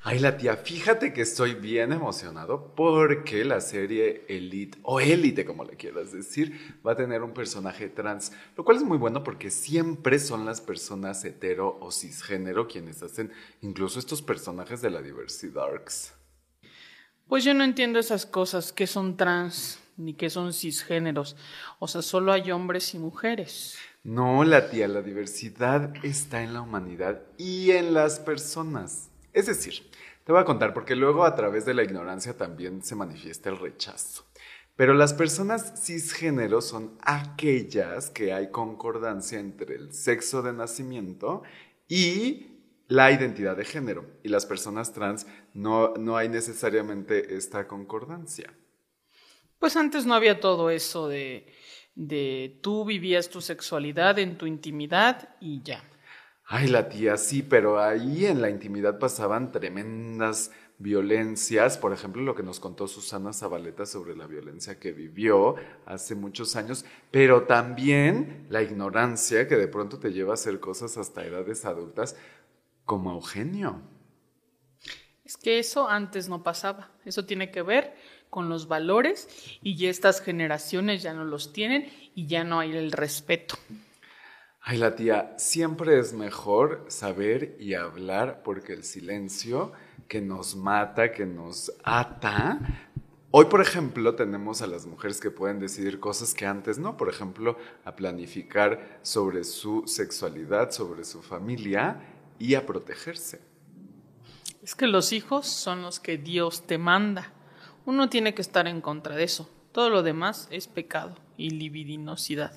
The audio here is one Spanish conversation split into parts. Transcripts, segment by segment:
Ay, la tía, fíjate que estoy bien emocionado porque la serie Elite, o Élite como le quieras decir, va a tener un personaje trans, lo cual es muy bueno porque siempre son las personas hetero o cisgénero quienes hacen incluso estos personajes de la diversidad. Pues yo no entiendo esas cosas, que son trans ni que son cisgéneros. O sea, solo hay hombres y mujeres. No, la tía, la diversidad está en la humanidad y en las personas. Es decir, te voy a contar porque luego a través de la ignorancia también se manifiesta el rechazo. Pero las personas cisgénero son aquellas que hay concordancia entre el sexo de nacimiento y la identidad de género. Y las personas trans no hay necesariamente esta concordancia. Pues antes no había todo eso de tú vivías tu sexualidad en tu intimidad y ya. Ay, la tía, sí, pero ahí en la intimidad pasaban tremendas violencias. Por ejemplo, lo que nos contó Susana Zabaleta sobre la violencia que vivió hace muchos años, pero también la ignorancia que de pronto te lleva a hacer cosas hasta edades adultas, como Eugenio. Es que eso antes no pasaba. Eso tiene que ver con los valores y ya estas generaciones ya no los tienen y ya no hay el respeto. Ay, la tía, siempre es mejor saber y hablar porque el silencio que nos mata, que nos ata. Hoy, por ejemplo, tenemos a las mujeres que pueden decidir cosas que antes no. Por ejemplo, a planificar sobre su sexualidad, sobre su familia y a protegerse. Es que los hijos son los que Dios te manda. Uno tiene que estar en contra de eso. Todo lo demás es pecado y libidinosidad.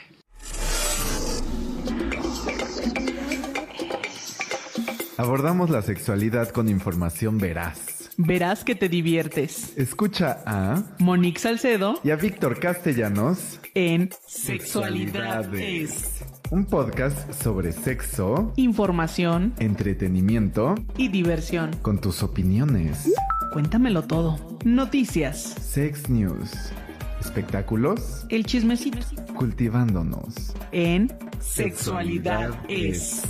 Abordamos la sexualidad con información veraz. Verás que te diviertes. Escucha a Monique Salcedo y a Víctor Castellanos en Sexualidad es un podcast sobre sexo, información entretenimiento y diversión. con tus opiniones. Cuéntamelo todo. Noticias. Sex News. Espectáculos. El chismecito. Cultivándonos. En Sexualidad es.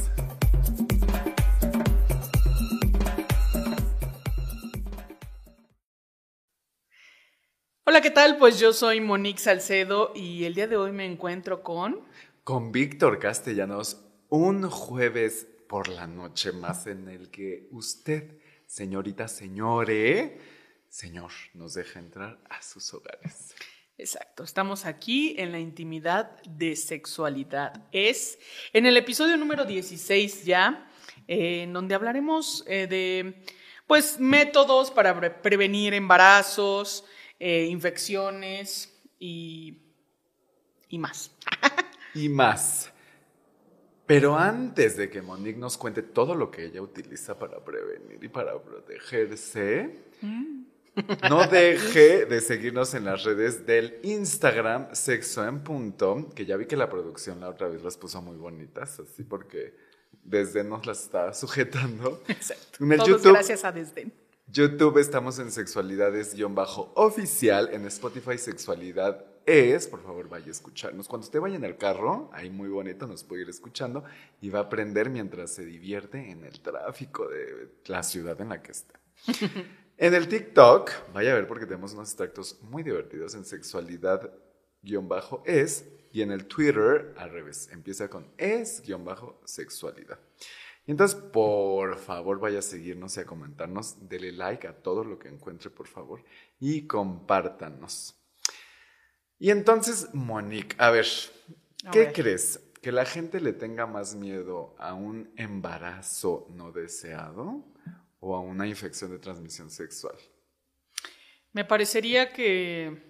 Hola, ¿qué tal? Pues yo soy Monique Salcedo y el día de hoy me encuentro Con Víctor Castellanos, un jueves por la noche más en el que usted, señorita, señor, nos deja entrar a sus hogares. Exacto, estamos aquí en la intimidad de Sexualidad es, en el episodio número 16 ya, en donde hablaremos de, pues, métodos para prevenir embarazos, infecciones y más. Y más. Pero antes de que Monique nos cuente todo lo que ella utiliza para prevenir y para protegerse, no deje de seguirnos en las redes del Instagram Sexo en Punto, que ya vi que la producción la otra vez las puso muy bonitas, así porque Desdén nos las está sujetando. Exacto. En el Todos YouTube, gracias a Desdén. YouTube estamos en Sexualidades-oficial, en Spotify Sexualidad es, por favor vaya a escucharnos. Cuando usted vaya en el carro, ahí muy bonito, nos puede ir escuchando y va a aprender mientras se divierte en el tráfico de la ciudad en la que está. En el TikTok, vaya a ver porque tenemos unos extractos muy divertidos en Sexualidad-es y en el Twitter, al revés, empieza con es-sexualidad. Y entonces, por favor, vaya a seguirnos y a comentarnos. Dele like a todo lo que encuentre, por favor. Y compártanos. Y entonces, Monique, a ver, ¿qué crees? ¿Que la gente le tenga más miedo a un embarazo no deseado o a una infección de transmisión sexual? Me parecería que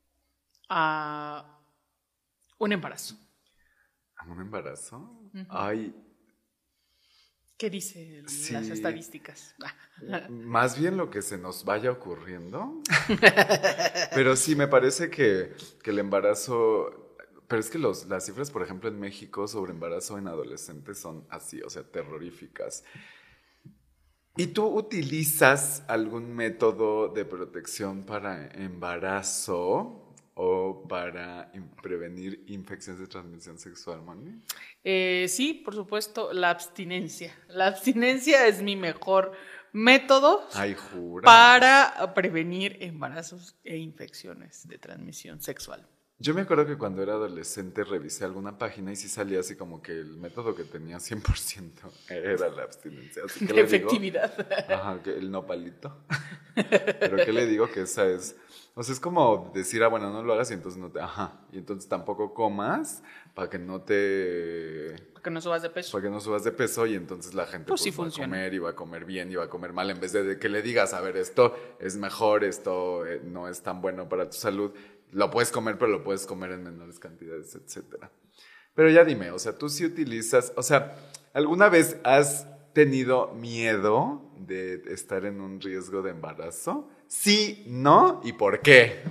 a un embarazo. ¿A un embarazo? Uh-huh. Ay. ¿Qué dicen sí, las estadísticas? Más bien lo que se nos vaya ocurriendo. Pero sí, me parece que el embarazo... Pero es que las cifras, por ejemplo, en México sobre embarazo en adolescentes son así, o sea, terroríficas. ¿Y tú utilizas algún método de protección para embarazo o para prevenir infecciones de transmisión sexual, Moni? Sí, por supuesto, la abstinencia. La abstinencia es mi mejor métodos Ay, jura. para prevenir embarazos e infecciones de transmisión sexual. Yo me acuerdo que cuando era adolescente revisé alguna página y sí salía así como que el método que tenía 100% era la abstinencia. Así que De le digo, efectividad. ajá, que el nopalito. Pero ¿qué le digo? Que esa es... O sea, es como decir, bueno, no lo hagas y entonces no te... Ajá, y entonces tampoco comas para que no te... Para que no subas de peso. Para que no subas de peso y entonces la gente Pues sí va a funciona. comer y va a comer bien y va a comer mal. En vez de que le digas, a ver, esto es mejor, esto no es tan bueno para tu salud. Lo puedes comer, pero lo puedes comer en menores cantidades, etcétera. Pero ya dime, o sea, tú sí utilizas, o sea, ¿alguna vez has tenido miedo de estar en un riesgo de embarazo? Sí, no, ¿y por qué?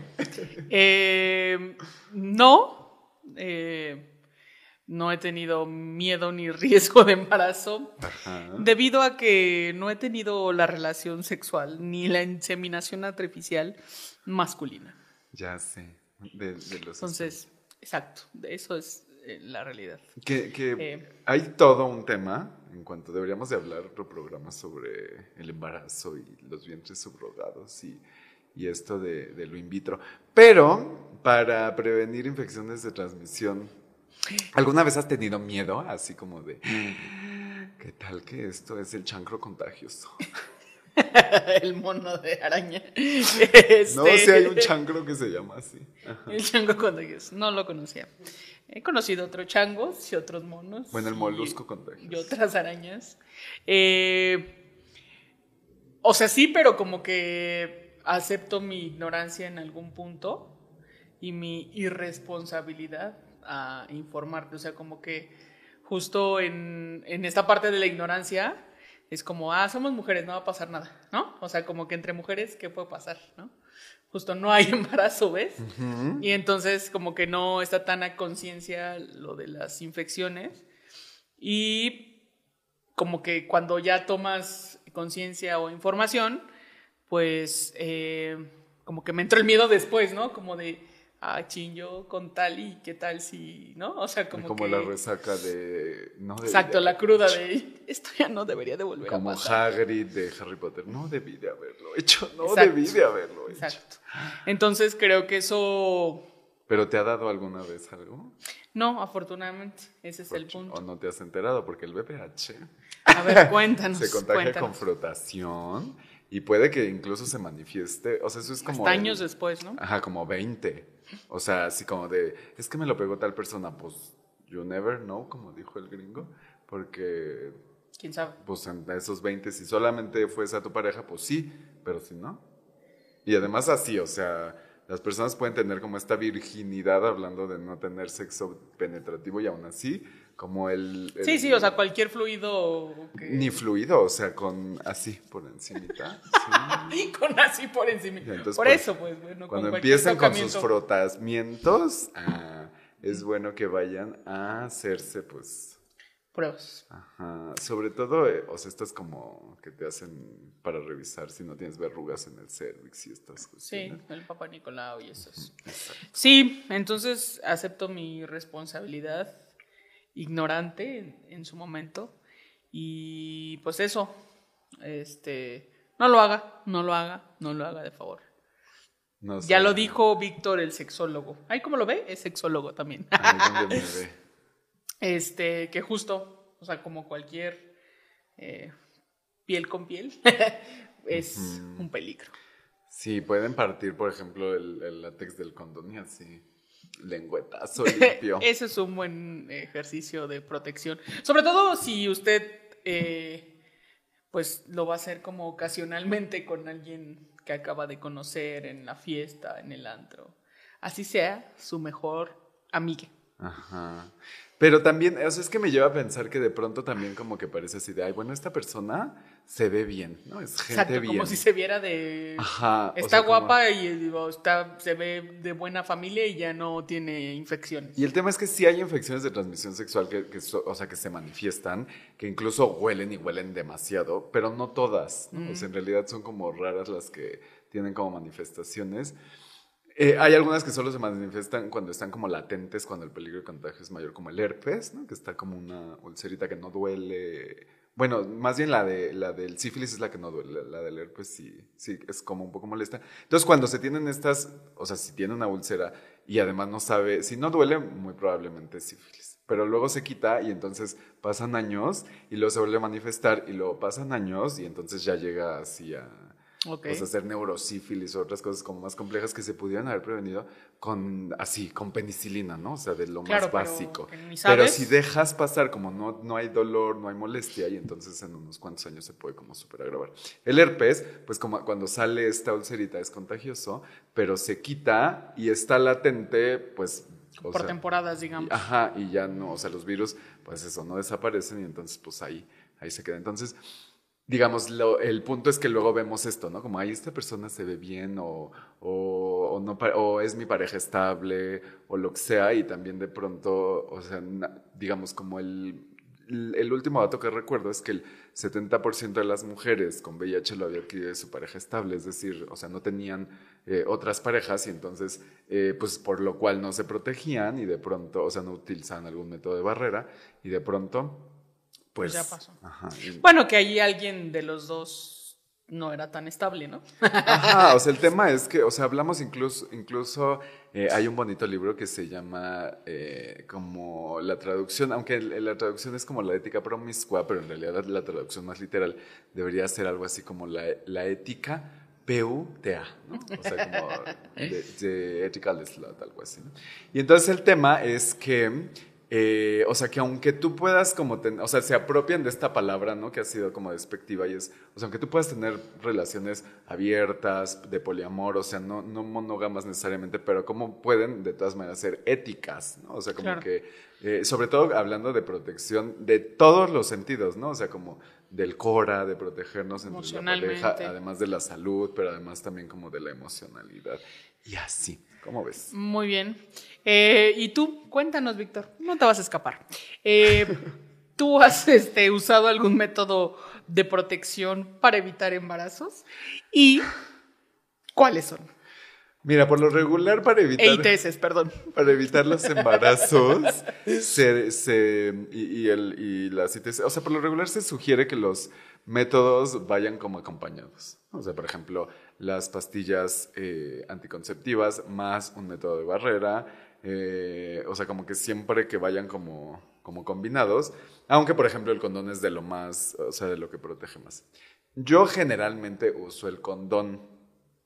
No, no he tenido miedo ni riesgo de embarazo. Ajá. Debido a que no he tenido la relación sexual ni la inseminación artificial masculina. Ya sé, de los... Entonces, exacto, eso es la realidad. Que hay todo un tema, en cuanto deberíamos de hablar otro programa sobre el embarazo y los vientres subrogados y esto de lo in vitro. Pero para prevenir infecciones de transmisión, ¿alguna vez has tenido miedo? Así como de, ¿qué tal que esto es el chancro contagioso? El mono de araña. No, si hay un chancro que se llama así. Ajá. El chango contagioso. No lo conocía. He conocido otros changos y otros monos. Bueno, el molusco contagioso. Y otras arañas. O sea, sí, pero como que acepto mi ignorancia en algún punto y mi irresponsabilidad a informarte. O sea, como que justo en esta parte de la ignorancia es como, somos mujeres, no va a pasar nada, ¿no? O sea, como que entre mujeres, ¿qué puede pasar, no? Justo no hay embarazo, ¿ves? Uh-huh. Y entonces como que no está tan a conciencia lo de las infecciones. Y como que cuando ya tomas conciencia o información, pues como que me entró el miedo después, ¿no? Como de, chin, yo con tal y qué tal si, ¿no? O sea, como que... la resaca de... No exacto, la cruda de, esto ya no debería de volver como a pasar. Como Hagrid de Harry Potter, no debí de haberlo hecho, no exacto, debí de haberlo hecho. Exacto. Entonces creo que eso... ¿Pero te ha dado alguna vez algo? No, afortunadamente, ese es el punto. ¿O no te has enterado? Porque el VPH... A ver, cuéntanos. Se contagia con frotación y puede que incluso se manifieste, o sea, eso es como... hasta años después, ¿no? Ajá, como 20. O sea, así como de, es que me lo pegó tal persona, pues, you never know, como dijo el gringo, porque... ¿Quién sabe? Pues en esos 20, si solamente fuese a tu pareja, pues sí, pero si no. Y además así, o sea, las personas pueden tener como esta virginidad hablando de no tener sexo penetrativo y aún así, como el sí, o sea, cualquier fluido que... Ni fluido, o sea, con así por encimita. Sí. Con así por encimita. Entonces, por eso, pues, bueno, cuando empiecen con sus frotamientos, es bueno que vayan a hacerse, pues... pruebas. Ajá, sobre todo, o sea, estas como que te hacen para revisar si no tienes verrugas en el cervix y estas cuestiones. Sí, el Papa Nicolau y esos. Exacto. Sí, entonces acepto mi responsabilidad ignorante en su momento y pues eso, no lo haga de favor. No sé. Ya lo dijo Víctor, el sexólogo. Ay, ¿cómo lo ve? Es sexólogo también. Ay, ¿dónde me ve? Que justo, o sea, como cualquier piel con piel, es un peligro. Sí, pueden partir, por ejemplo, el látex del condón y así, lengüetazo limpio. Ese es un buen ejercicio de protección. Sobre todo si usted, pues, lo va a hacer como ocasionalmente con alguien que acaba de conocer en la fiesta, en el antro. Así sea su mejor amiga. Ajá. Pero también, o sea, es que me lleva a pensar que de pronto también como que parece así de, bueno, esta persona se ve bien, ¿no? Es gente exacto, bien. Como si se viera de... Ajá. Está, o sea, guapa como... y digo, se ve de buena familia y ya no tiene infecciones. Y el tema es que sí hay infecciones de transmisión sexual o sea, que se manifiestan, que incluso huelen y huelen demasiado, pero no todas, ¿no? O sea, en realidad son como raras las que tienen como manifestaciones. Hay algunas que solo se manifiestan cuando están como latentes, cuando el peligro de contagio es mayor, como el herpes, ¿no? Que está como una ulcerita que no duele Bueno, más bien la del sífilis es la que no duele, la del herpes sí es como un poco molesta. Entonces, cuando se tienen estas, o sea, si tiene una úlcera y además no sabe, si no duele, muy probablemente es sífilis. Pero luego se quita y entonces pasan años y luego se vuelve a manifestar y luego pasan años y entonces ya llega así a, Okay. o sea, hacer neurosífilis o otras cosas como más complejas que se pudieran haber prevenido con penicilina, ¿no? O sea, de lo Claro, más básico. pero ni Pero sabes. si dejas pasar, como no hay dolor, no hay molestia, y entonces en unos cuantos años se puede como súper agravar. El herpes, pues como cuando sale esta ulcerita es contagioso, pero se quita y está latente, pues... Por temporadas, digamos. Ajá, y ya no, o sea, los virus, pues eso, no desaparecen y entonces pues ahí se queda. Entonces, digamos, el punto es que luego vemos esto, ¿no? Como, ahí esta persona se ve bien o no, o es mi pareja estable o lo que sea y también de pronto, o sea, digamos, como el último dato que recuerdo es que el 70% de las mujeres con VIH lo había adquirido de su pareja estable, es decir, o sea, no tenían otras parejas y entonces, pues por lo cual no se protegían y de pronto, o sea, no utilizaban algún método de barrera y de pronto... Pues ya pasó. Ajá, Bueno, que ahí alguien de los dos no era tan estable, ¿no? ajá, o sea, el tema es que, o sea, hablamos incluso hay un bonito libro que se llama como la traducción, aunque la traducción es como la ética promiscua, pero en realidad la traducción más literal debería ser algo así como la ética PUTA, ¿no? O sea, como de ethical slut, algo así, ¿no? Y entonces el tema es que o sea, que aunque tú puedas como o sea, se apropian de esta palabra, ¿no? Que ha sido como despectiva y es, o sea, aunque tú puedas tener relaciones abiertas, de poliamor, o sea, no monógamas necesariamente, pero cómo pueden de todas maneras ser éticas, ¿no? O sea, como Claro. que, sobre todo hablando de protección de todos los sentidos, ¿no? O sea, como del cora, de protegernos entre la pareja, Emocionalmente. además de la salud, pero además también como de la emocionalidad. Y así, ¿cómo ves? Muy bien. Y tú, cuéntanos, Víctor, no te vas a escapar. ¿Tú has usado algún método de protección para evitar embarazos? ¿Y cuáles son? Mira, por lo regular para evitar... EITS, perdón. Para evitar los embarazos y las ITS, o sea, por lo regular se sugiere que los métodos vayan como acompañados. O sea, por ejemplo, las pastillas anticonceptivas más un método de barrera, o sea, como que siempre que vayan como combinados, aunque por ejemplo el condón es de lo más, o sea, de lo que protege más. Yo generalmente uso el condón.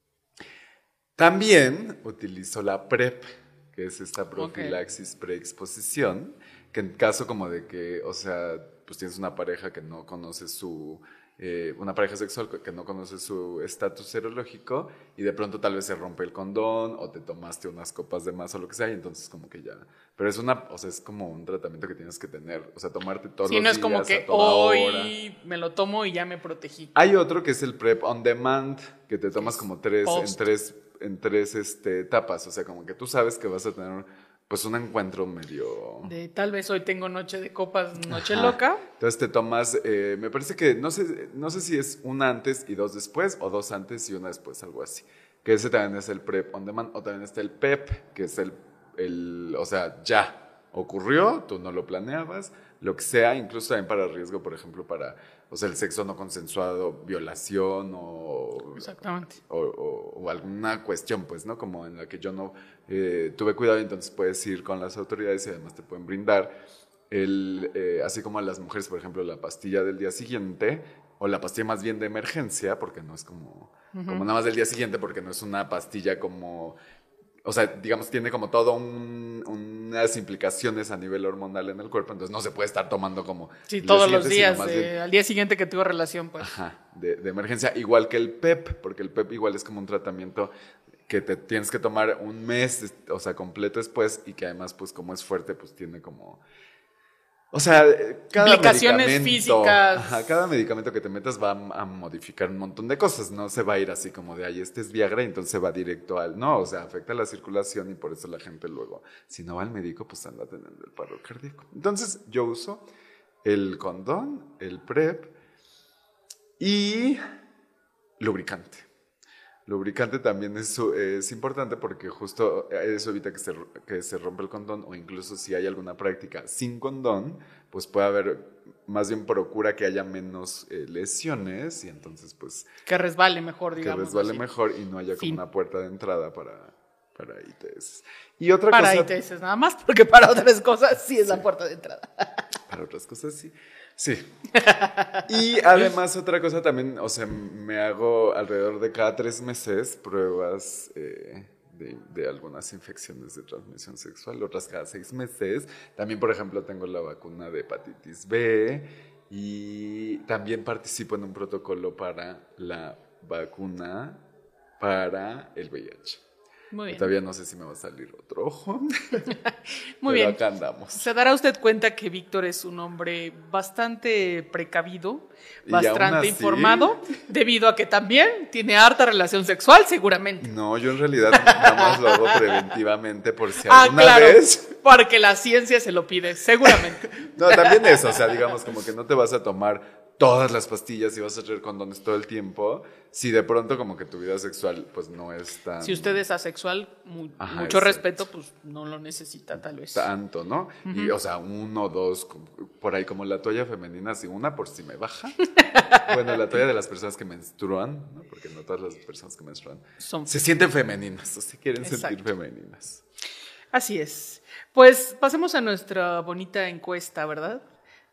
También utilizo la PrEP, que es esta profilaxis preexposición, que en caso como de que, o sea, pues tienes una pareja que no conoce una pareja sexual que no conoce su estatus serológico y de pronto tal vez se rompe el condón o te tomaste unas copas de más o lo que sea y entonces como que ya, pero o sea, es como un tratamiento que tienes que tener, o sea, tomarte todos los Sí, no días es como a que toda hora. hoy me lo tomo y ya me protegí. Hay otro que es el PrEP on demand, que te tomas como post. en tres etapas, o sea, como que tú sabes que vas a tener pues un encuentro medio... De tal vez hoy tengo noche de copas, noche Ajá. loca. Entonces te tomas, me parece que, no sé si es una antes y dos después, o dos antes y una después, algo así. Que ese también es el PrEP on demand, o también está el PEP, que es o sea, ya ocurrió, tú no lo planeabas, lo que sea, incluso también para riesgo, por ejemplo, o sea, el sexo no consensuado, violación Exactamente. o alguna cuestión, pues, ¿no? Como en la que yo no tuve cuidado, entonces puedes ir con las autoridades y además te pueden brindar así como a las mujeres, por ejemplo, la pastilla del día siguiente o la pastilla más bien de emergencia, porque no es como nada más del día siguiente, porque no es una pastilla como... O sea, digamos, tiene como todo unas implicaciones a nivel hormonal en el cuerpo, entonces no se puede estar tomando como... Sí, el todos día los siguiente, días, sino más bien- al día siguiente que tuvo relación, pues. Ajá, de emergencia, igual que el PEP, porque el PEP igual es como un tratamiento que te tienes que tomar un mes, o sea, completo después, y que además, pues como es fuerte, pues tiene como... O sea, cada Implicaciones medicamento, físicas. ajá, cada medicamento que te metas va a modificar un montón de cosas, no se va a ir así como de, ay, este es Viagra y entonces va directo no, o sea, afecta la circulación y por eso la gente luego, si no va al médico, pues anda teniendo el paro cardíaco. Entonces yo uso el condón, el PrEP y lubricante. Lubricante también es importante porque justo eso evita que se rompa el condón, o incluso si hay alguna práctica sin condón, pues puede haber, más bien procura que haya menos lesiones y entonces pues Que resbale mejor, que digamos. resbale así. mejor y no haya como Fin. una puerta de entrada para ITS. Y otra Para cosa... ITS nada más, porque para otras cosas sí es la puerta de entrada. Para otras cosas sí. Sí. Y además otra cosa también, o sea, me hago alrededor de cada 3 meses pruebas de algunas infecciones de transmisión sexual, otras cada 6 meses. También, por ejemplo, tengo la vacuna de hepatitis B y también participo en un protocolo para la vacuna para el VIH. Muy bien. Todavía no sé si me va a salir otro ojo. Muy pero bien. acá andamos. Se dará usted cuenta que Víctor es un hombre bastante precavido, Y aún bastante así- informado, debido a que también tiene harta relación sexual, seguramente. No, yo en realidad nada más lo hago preventivamente por si Ah, alguna claro, vez. porque la ciencia se lo pide, seguramente. No, también eso, o sea, digamos como que no te vas a tomar todas las pastillas y vas a traer condones todo el tiempo, si de pronto como que tu vida sexual pues no es tan... Si usted es asexual, Ajá, mucho exacto. respeto, pues no lo necesita tal vez. tanto, ¿no? Y, o sea, 1 o 2, por ahí como la toalla femenina, así una por si me baja. Bueno, la toalla de las personas que menstruan, ¿no? Porque no todas las personas que menstruan Son- se sienten femeninas, o se quieren Exacto. sentir femeninas. Así es. Pues pasemos a nuestra bonita encuesta, ¿verdad?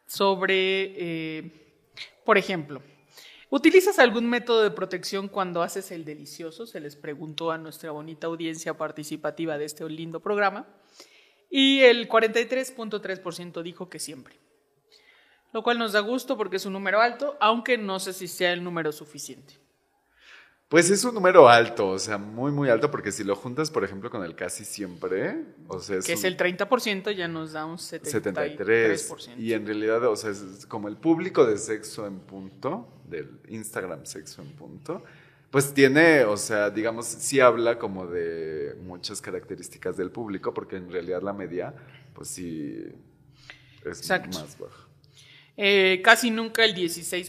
Sobre, por ejemplo, ¿utilizas algún método de protección cuando haces el delicioso? Se les preguntó a nuestra bonita audiencia participativa de este lindo programa. Y el 43.3% dijo que siempre. Lo cual nos da gusto porque es un número alto, aunque no sé si sea el número suficiente. Pues es un número alto, o sea, muy, muy alto, porque si lo juntas, por ejemplo, con el casi siempre, o sea, Que es el 30%, ya nos da un 73. 73%. Y en realidad, o sea, es como el público de Sexo en Punto, del Instagram Sexo en Punto, pues tiene, o sea, digamos, sí habla como de muchas características del público, porque en realidad la media, pues sí, es Exacto. más baja. Casi nunca el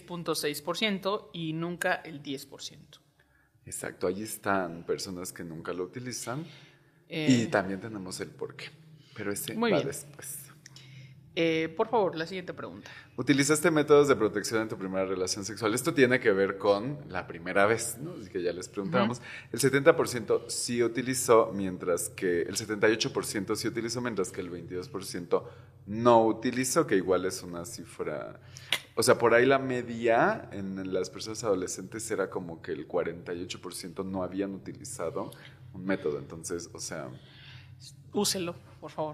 16.6% y nunca el 10%. Exacto, allí están personas que nunca lo utilizan Eh, y también tenemos el porqué, pero ese Muy va bien. después. Por favor, la siguiente pregunta. ¿Utilizaste métodos de protección en tu primera relación sexual? Esto tiene que ver con la primera vez, ¿no? Así que ya les preguntábamos. El 70% sí utilizó, mientras que el 78% sí utilizó, mientras que el 22% no utilizó, que igual es una cifra... O sea, por ahí la media en las personas adolescentes era como que el 48% no habían utilizado un método. Entonces, o sea... Úselo, por favor.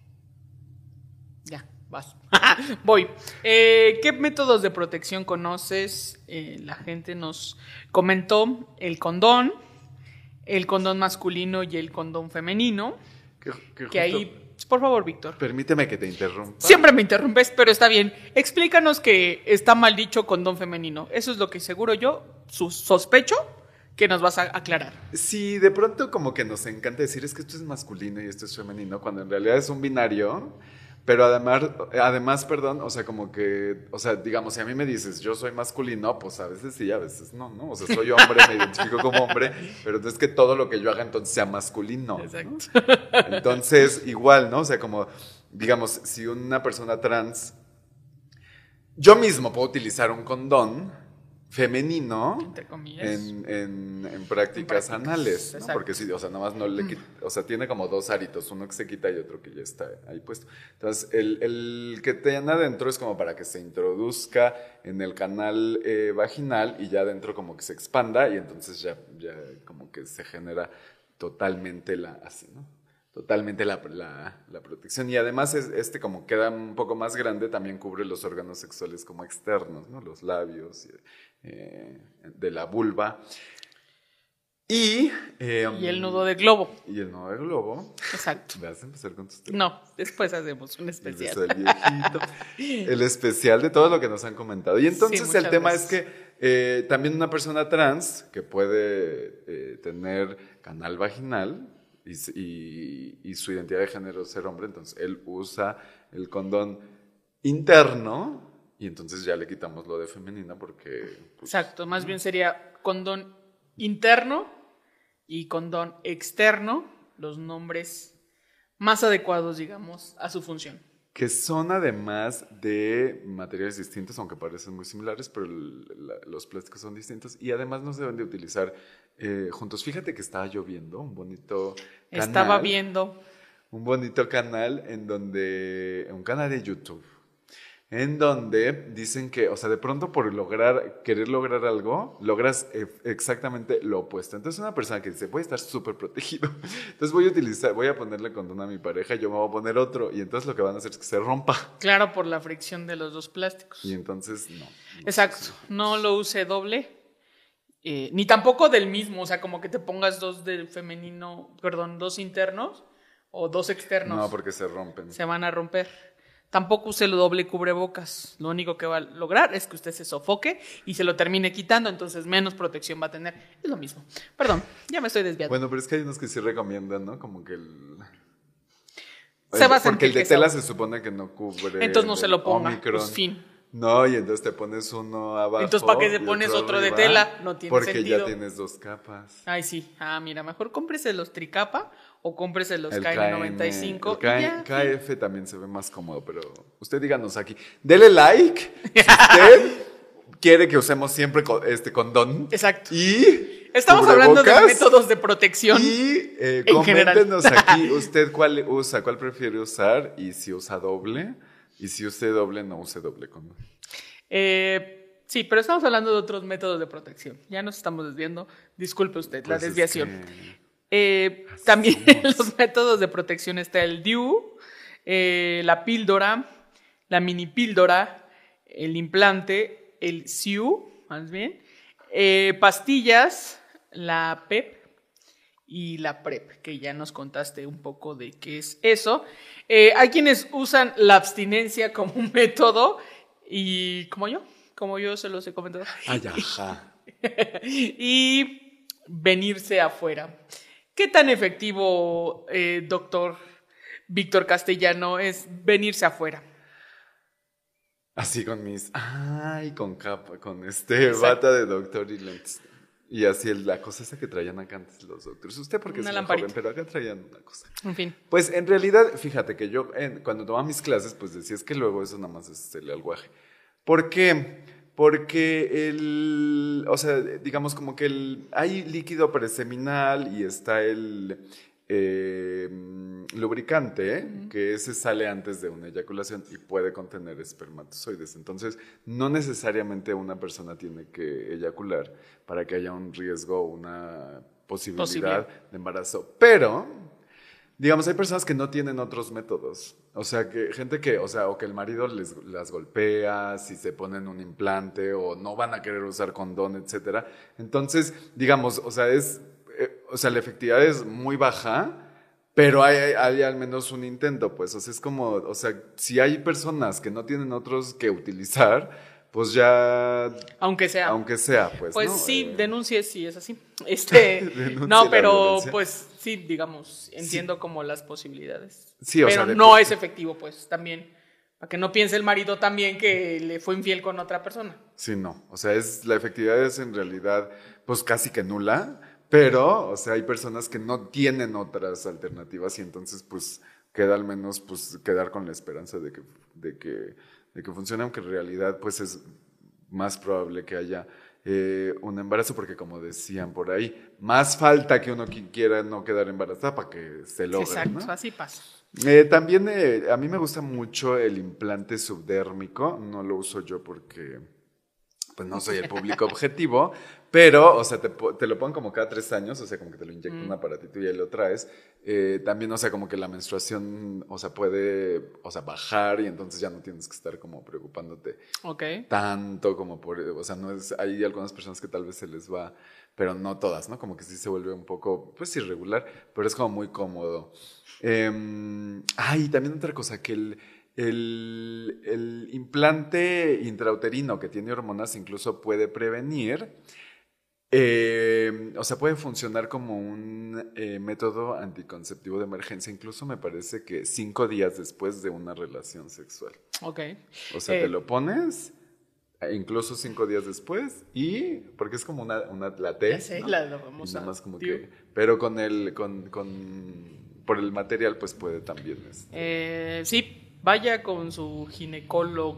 Ya, vas. Voy. ¿Qué métodos de protección conoces? La gente nos comentó el condón masculino y el condón femenino. que Que justo- ahí, por favor, Víctor. Permíteme que te interrumpa. Siempre me interrumpes, pero está bien. Explícanos que está mal dicho condón femenino. Eso es lo que seguro yo sospecho que nos vas a aclarar. Sí, de pronto como que nos encanta decir es que esto es masculino y esto es femenino, cuando en realidad es un binario, pero además, perdón, o sea, como que, o sea, digamos, si a mí me dices yo soy masculino, pues a veces sí, a veces no, ¿no? O sea, soy hombre, me identifico como hombre, pero no es que todo lo que yo haga entonces sea masculino, ¿no? Exacto. Entonces, igual, ¿no? O sea, como, digamos, si una persona trans, yo mismo puedo utilizar un condón femenino Entre comillas. en prácticas anales, ¿no? exacto. Porque sí, o sea, nada más no le o sea, tiene como 2 aritos, uno que se quita y otro que ya está ahí puesto. Entonces, el que tiene adentro es como para que se introduzca en el canal vaginal y ya adentro como que se expanda y entonces ya como que se genera totalmente así, ¿no? Totalmente la protección. Y además como queda un poco más grande, también cubre los órganos sexuales como externos, ¿no? Los labios, de la vulva. Y el nudo de globo. Y el nudo de globo. Exacto. ¿Vas a empezar con tus temas? No, después hacemos un El especial. beso del viejito. El especial de todo lo que nos han comentado. Y entonces Sí, el muchas tema veces. es que también una persona trans que puede tener canal vaginal y su identidad de género es ser hombre, entonces él usa el condón interno y entonces ya le quitamos lo de femenina porque... pues, Exacto, más bien sería condón interno y condón externo, los nombres más adecuados, digamos, a su función. Que son además de materiales distintos, aunque parecen muy similares, pero los plásticos son distintos y además no se deben de utilizar juntos. Fíjate que estaba lloviendo, un bonito canal. Estaba viendo. Un bonito canal un canal de YouTube, en donde dicen que, o sea, de pronto por querer lograr algo, logras exactamente lo opuesto. Entonces una persona que dice, voy a estar súper protegido, entonces voy a ponerle condón a mi pareja, yo me voy a poner otro, y entonces lo que van a hacer es que se rompa. Claro, por la fricción de los dos plásticos. Y entonces no. Exacto, no lo use doble, ni tampoco del mismo, o sea, como que te pongas dos internos o dos externos. No, porque se rompen. Se van a romper. Tampoco use el doble cubrebocas. Lo único que va a lograr es que usted se sofoque y se lo termine quitando, entonces menos protección va a tener. Es lo mismo. Perdón, ya me estoy desviando. Bueno, pero es que hay unos que sí recomiendan, ¿no? Como que se va a sentir porque el de que tela se supone que no cubre. Entonces no se lo ponga. Omicron. Pues fin. No, y entonces te pones uno abajo. Entonces, ¿para qué te y pones otro arriba? de tela? No tiene porque sentido. Porque ya tienes 2 capas. Ay, sí. Mira, mejor cómprese los tricapa o cómprese los El KN95. El KF también se ve más cómodo, pero usted díganos aquí. Dele like si usted quiere que usemos siempre condón. Exacto. Y estamos hablando de métodos de protección. Y en coméntenos general. aquí usted cuál usa, cuál prefiere usar y si usa doble. Y si use doble, no use doble condón. Sí, pero estamos hablando de otros métodos de protección. Ya nos estamos desviando. Disculpe usted, la desviación. También en los métodos de protección está el DIU, la píldora, la mini píldora, el implante, el SIU, más bien, pastillas, la PEP y la PrEP, que ya nos contaste un poco de qué es eso. Hay quienes usan la abstinencia como un método y como yo se los he comentado. Ay, ajá. Y venirse afuera. ¿Qué tan efectivo, doctor Víctor Castellano, es venirse afuera? Así con con capa, con Exacto. bata de doctor y lentes. Y así la cosa esa que traían acá antes los doctores. Usted porque es muy joven, pero acá traían una cosa. En fin. Pues en realidad, fíjate que yo cuando tomaba mis clases, pues decía es que luego eso nada más es el alguaje. ¿Por qué? Porque o sea, digamos como que hay líquido preseminal y está el lubricante, que ese sale antes de una eyaculación y puede contener espermatozoides. Entonces, no necesariamente una persona tiene que eyacular para que haya un riesgo o una posibilidad de embarazo. Pero, digamos, hay personas que no tienen otros métodos. O sea, que gente que, o que el marido las golpea, si se ponen un implante o no van a querer usar condón, etcétera. Entonces, digamos, la efectividad es muy baja, pero hay al menos un intento, pues. O sea, es como, si hay personas que no tienen otros que utilizar, pues ya... Aunque sea, pues, pues ¿no? sí, denuncie si es así. No, pero pues sí, digamos, entiendo como las posibilidades. Sí, pero no es efectivo, pues, también. Para que no piense el marido también que le fue infiel con otra persona. Sí, no. O sea, la efectividad es en realidad, pues, casi que nula. Pero, hay personas que no tienen otras alternativas y entonces, pues, queda al menos, pues, quedar con la esperanza de que funcione, aunque en realidad, pues, es más probable que haya un embarazo, porque como decían por ahí, más falta que uno quiera no quedar embarazada para que se logre, exacto, ¿no? Así pasa. También a mí me gusta mucho el implante subdérmico, no lo uso yo porque pues no soy el público objetivo, pero, te lo ponen como cada 3 años, como que te lo inyecta un aparatito y ahí lo traes. También, como que la menstruación, puede, bajar y entonces ya no tienes que estar como preocupándote tanto como por, hay algunas personas que tal vez se les va, pero no todas, ¿no? Como que sí se vuelve un poco, pues irregular, pero es como muy cómodo. Y también otra cosa, que el implante intrauterino que tiene hormonas incluso puede prevenir, puede funcionar como un método anticonceptivo de emergencia, incluso me parece que 5 días después de una relación sexual. Ok. Te lo pones, incluso 5 días después, y porque es como la T, Ya sé, ¿no? la Y famosa. nada más como tío. que, pero por el material pues puede también. Sí, vaya con su ginecólogo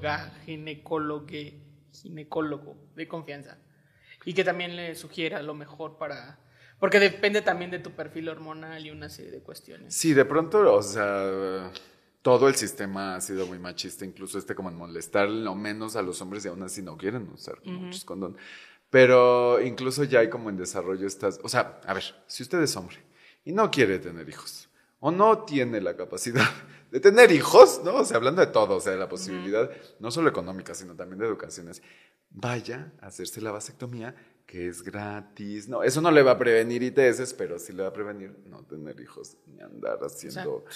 de confianza. Y que también le sugiera lo mejor porque depende también de tu perfil hormonal y una serie de cuestiones. Sí, de pronto, o sea, todo el sistema ha sido muy machista, incluso como en molestar lo menos a los hombres y aún así no quieren usar muchos condones. Pero incluso ya hay como en desarrollo o sea, a ver, si usted es hombre y no quiere tener hijos o no tiene la capacidad de tener hijos, ¿no? O sea, hablando de todo, o sea, de la posibilidad, no solo económica, sino también de educaciones, vaya a hacerse la vasectomía, que es gratis. No, eso no le va a prevenir ITS, pero sí le va a prevenir no tener hijos ni andar haciendo...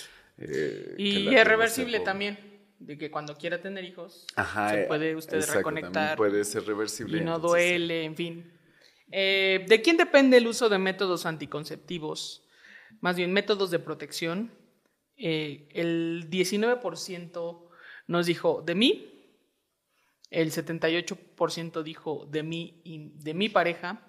y es reversible también, de que cuando quiera tener hijos se puede usted reconectar. También puede ser reversible. Y no entonces, duele, en fin. ¿De quién depende el uso de métodos anticonceptivos? Más bien, métodos de protección. El 19% nos dijo de mí, el 78% dijo de mí y de mi pareja,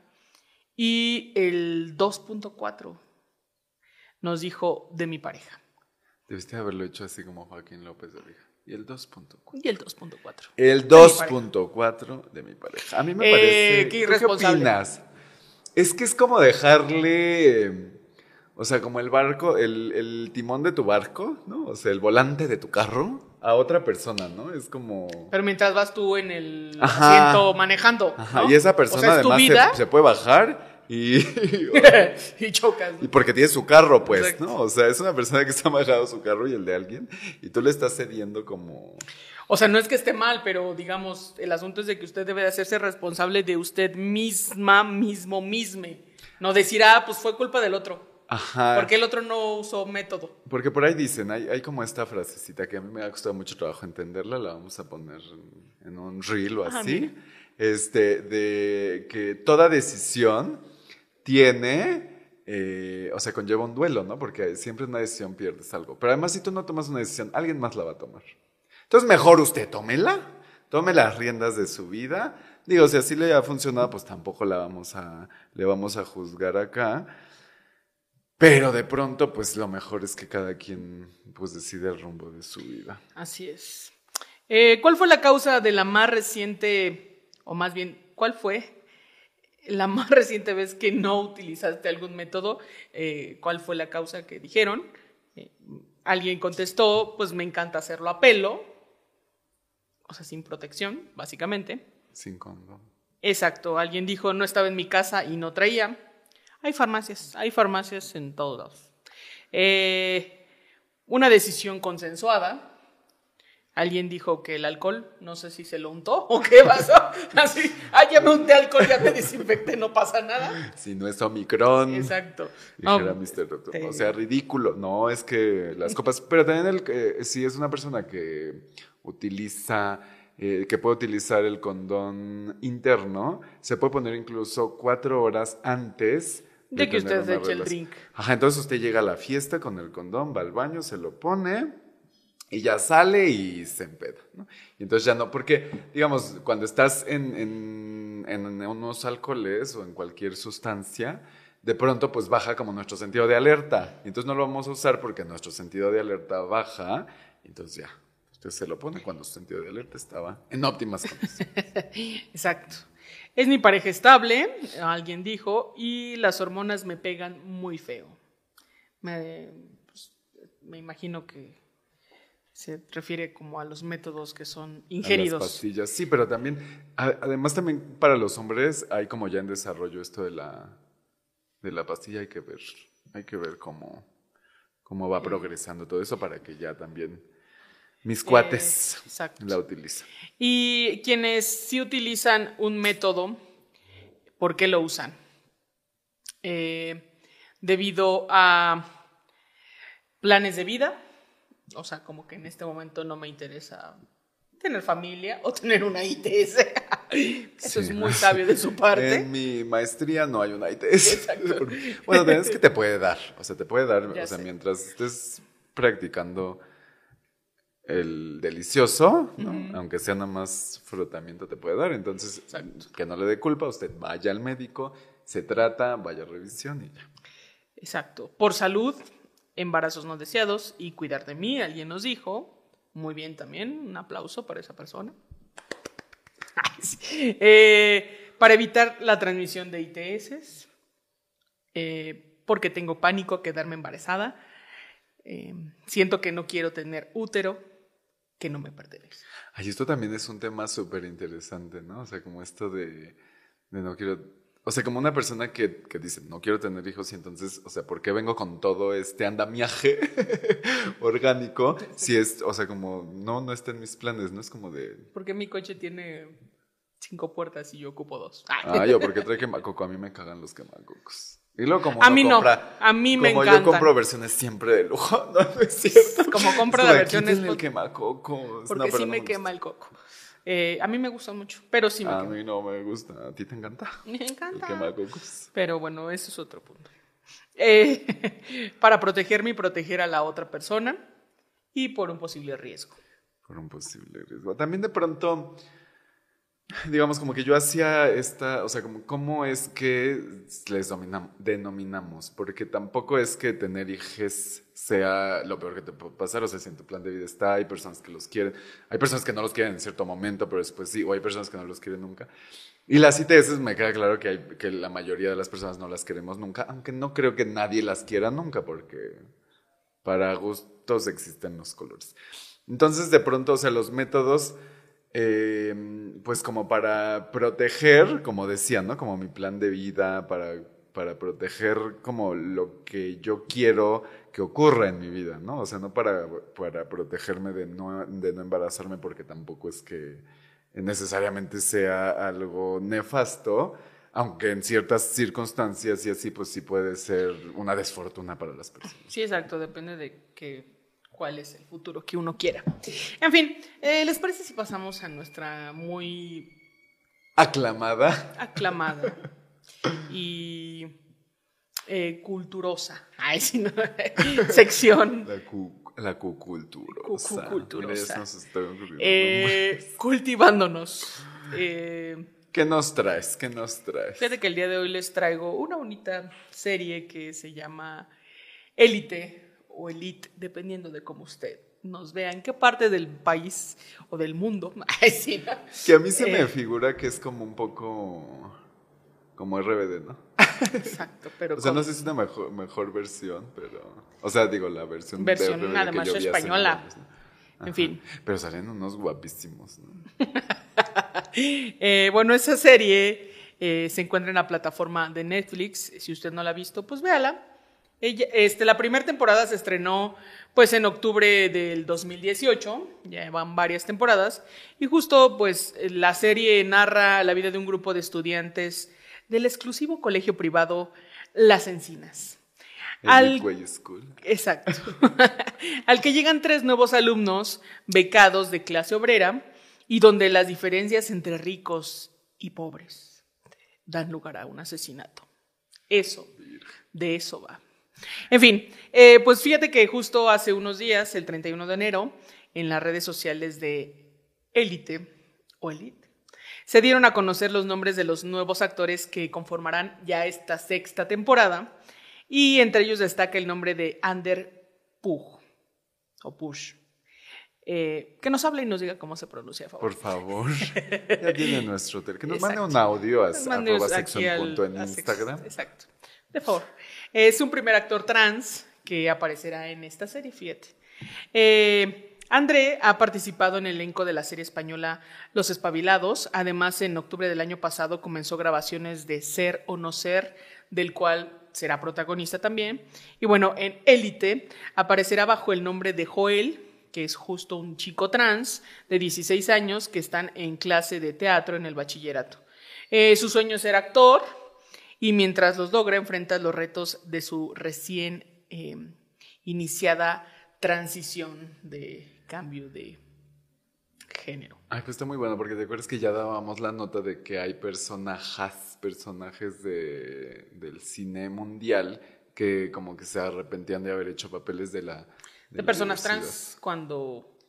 y el 2.4% nos dijo de mi pareja. Debiste haberlo hecho así como Joaquín López de Vega. Y el 2.4. Y el 2.4. El 2.4 de mi pareja. A mí me parece... Qué irresponsable. ¿Qué opinas? Es que es como dejarle... O sea, como el barco, el timón de tu barco, ¿no? O sea, el volante de tu carro a otra persona, ¿no? Es como... Pero mientras vas tú en el asiento manejando, Ajá, ¿no? y esa persona o sea, es tu además vida se puede bajar y y chocas. y porque tiene su carro, pues, Exacto. ¿no? O sea, es una persona que está bajado su carro y el de alguien y tú le estás cediendo como... O sea, no es que esté mal, pero digamos, el asunto es de que usted debe de hacerse responsable de usted mismo. No decir, pues fue culpa del otro. Ajá. Porque el otro no usó método. Porque por ahí dicen, hay como esta frasecita que a mí me ha costado mucho trabajo entenderla, la vamos a poner en un reel o así, de que toda decisión tiene, o sea, conlleva un duelo, ¿no? Porque siempre en una decisión pierdes algo. Pero además, si tú no tomas una decisión, alguien más la va a tomar. Entonces, mejor usted tome las riendas de su vida. Digo, si así le ha funcionado, pues tampoco le vamos a juzgar acá. Pero de pronto, pues lo mejor es que cada quien pues decide el rumbo de su vida. Así es. ¿Cuál fue la causa de la más reciente, o más bien, cuál fue la más reciente vez que no utilizaste algún método? ¿Cuál fue la causa que dijeron? Alguien contestó, pues me encanta hacerlo a pelo, o sea, sin protección, básicamente. Sin condón. Exacto, alguien dijo, no estaba en mi casa y no traía. Hay farmacias en todos lados. Una decisión consensuada. Alguien dijo que el alcohol, no sé si se lo untó o qué pasó. Así, ya me unté alcohol, ya me desinfecté, no pasa nada. Si no es Omicron. Exacto. Dijera Mr. Doctor. O sea, ridículo. No, es que las copas... Pero también si es una persona que utiliza... que puede utilizar el condón interno, se puede poner incluso 4 horas antes de que tener usted se una eche el relación. drink. Ajá, entonces usted llega a la fiesta con el condón, va al baño, se lo pone y ya sale y se empeda, ¿no? Y entonces ya no, porque, digamos, cuando estás en unos alcoholes o en cualquier sustancia, de pronto pues baja como nuestro sentido de alerta. Y entonces no lo vamos a usar porque nuestro sentido de alerta baja, y entonces ya. Usted se lo pone cuando su sentido de alerta estaba en óptimas condiciones. Exacto. Es mi pareja estable, alguien dijo, y las hormonas me pegan muy feo. Me imagino que se refiere como a los métodos que son ingeridos. A las pastillas, sí, pero también, además también para los hombres hay como ya en desarrollo esto de la pastilla, hay que ver cómo va progresando todo eso para que ya también... Mis cuates la utilizan. Y quienes sí utilizan un método, ¿por qué lo usan? Debido a planes de vida, o sea, como que en este momento no me interesa tener familia o tener una ITS. Eso es muy sabio de su parte. En mi maestría no hay una ITS. Exacto. Bueno, es que te puede dar, o sea, Ya sé. mientras estés practicando... el delicioso, ¿no? Ujú. Aunque sea nada más frotamiento te puede dar. Entonces, Exacto. que no le dé culpa, usted vaya al médico, se trata, vaya a revisión y ya. Exacto. Por salud, embarazos no deseados y cuidar de mí, alguien nos dijo. Muy bien también, un aplauso para esa persona. Ay, sí. Para evitar la transmisión de ITS, porque tengo pánico a quedarme embarazada. Siento que no quiero tener útero que no me pertenece. Ay, esto también es un tema súper interesante, ¿no? O sea, como esto de no quiero... O sea, como una persona que dice, no quiero tener hijos y entonces, o sea, ¿por qué vengo con todo este andamiaje orgánico? Si es, o sea, como, no está en mis planes, ¿no? Es como de... Porque mi coche tiene 5 puertas y yo ocupo 2. Ay, o porque trae quemacoco, a mí me cagan los quemacocos. Y luego como A uno mí no, compra, a mí me como encantan. yo compro versiones siempre de lujo, no es cierto. Como compro Es la de, versión "Quítenle es el quemacoco". porque No, pero sí no me gusta. quema el coco. A mí me gusta mucho, pero sí me A quema. mí no me gusta, a ti te encanta. Me encanta. El quemacocos. Pero bueno, eso es otro punto. Para protegerme y proteger a la otra persona y por un posible riesgo. Por un posible riesgo. También de pronto, digamos, como que yo hacía esta, o sea, como cómo es que denominamos, porque tampoco es que tener hijos sea lo peor que te puede pasar, o sea, si en tu plan de vida está, hay personas que los quieren, hay personas que no los quieren en cierto momento, pero después sí, o hay personas que no los quieren nunca. Y las ITS me queda claro que la mayoría de las personas no las queremos nunca, aunque no creo que nadie las quiera nunca, porque para gustos existen los colores. Entonces, de pronto, o sea, los métodos, pues como para proteger, como decía, ¿no? Como mi plan de vida, para proteger como lo que yo quiero que ocurra en mi vida, ¿no? O sea, no para protegerme de no embarazarme, porque tampoco es que necesariamente sea algo nefasto, aunque en ciertas circunstancias y así, pues sí puede ser una desfortuna para las personas. Sí, exacto, depende de cuál es el futuro que uno quiera. En fin, ¿les parece si pasamos a nuestra muy Aclamada. aclamada y culturosa sección? La cucultura. Cuculturosa. Mira, ya se nos está ocurriendo. Cultivándonos. ¿Qué nos traes? ¿Qué nos traes? Fíjate que el día de hoy les traigo una bonita serie que se llama Élite o Elite, dependiendo de cómo usted nos vea, en qué parte del país o del mundo. Ay, sí, ¿no? Que a mí se me figura que es como un poco como RBD, ¿no? Exacto, pero O sea, no sé si es una mejor versión, pero... O sea, digo, la versión de RBD además que yo vi hace española. años, ¿no? En Ajá. fin. Pero salen unos guapísimos, ¿no? Bueno, esa serie se encuentra en la plataforma de Netflix. Si usted no la ha visto, pues véala. La primera temporada se estrenó pues en octubre del 2018, ya van varias temporadas, y justo pues la serie narra la vida de un grupo de estudiantes del exclusivo colegio privado Las Encinas. El Midway School. Exacto. Al que llegan 3 nuevos alumnos becados de clase obrera y donde las diferencias entre ricos y pobres dan lugar a un asesinato. De eso va. En fin, pues fíjate que justo hace unos días, el 31 de enero, en las redes sociales de Élite o Elite, se dieron a conocer los nombres de los nuevos actores que conformarán ya esta 6ª temporada, y entre ellos destaca el nombre de Ander Puj, o Push. Que nos hable y nos diga cómo se pronuncia, a favor. Por favor. Ya tiene nuestro hotel. Que nos mande Exacto. un audio a Mande @sexo en punto en a Instagram. Exacto. De favor. Es un primer actor trans que aparecerá en esta serie, fíjate. André ha participado en el elenco de la serie española Los Espabilados. Además, en octubre del año pasado comenzó grabaciones de Ser o No Ser, del cual será protagonista también. Y bueno, en Élite aparecerá bajo el nombre de Joel, que es justo un chico trans de 16 años que están en clase de teatro en el bachillerato. Su sueño es ser actor, y mientras los logra enfrenta los retos de su recién iniciada transición de cambio de género. Ay, pues está muy bueno, porque te acuerdas que ya dábamos la nota de que hay personajes del cine mundial que como que se arrepentían de haber hecho papeles de De personas diversidad. trans cuando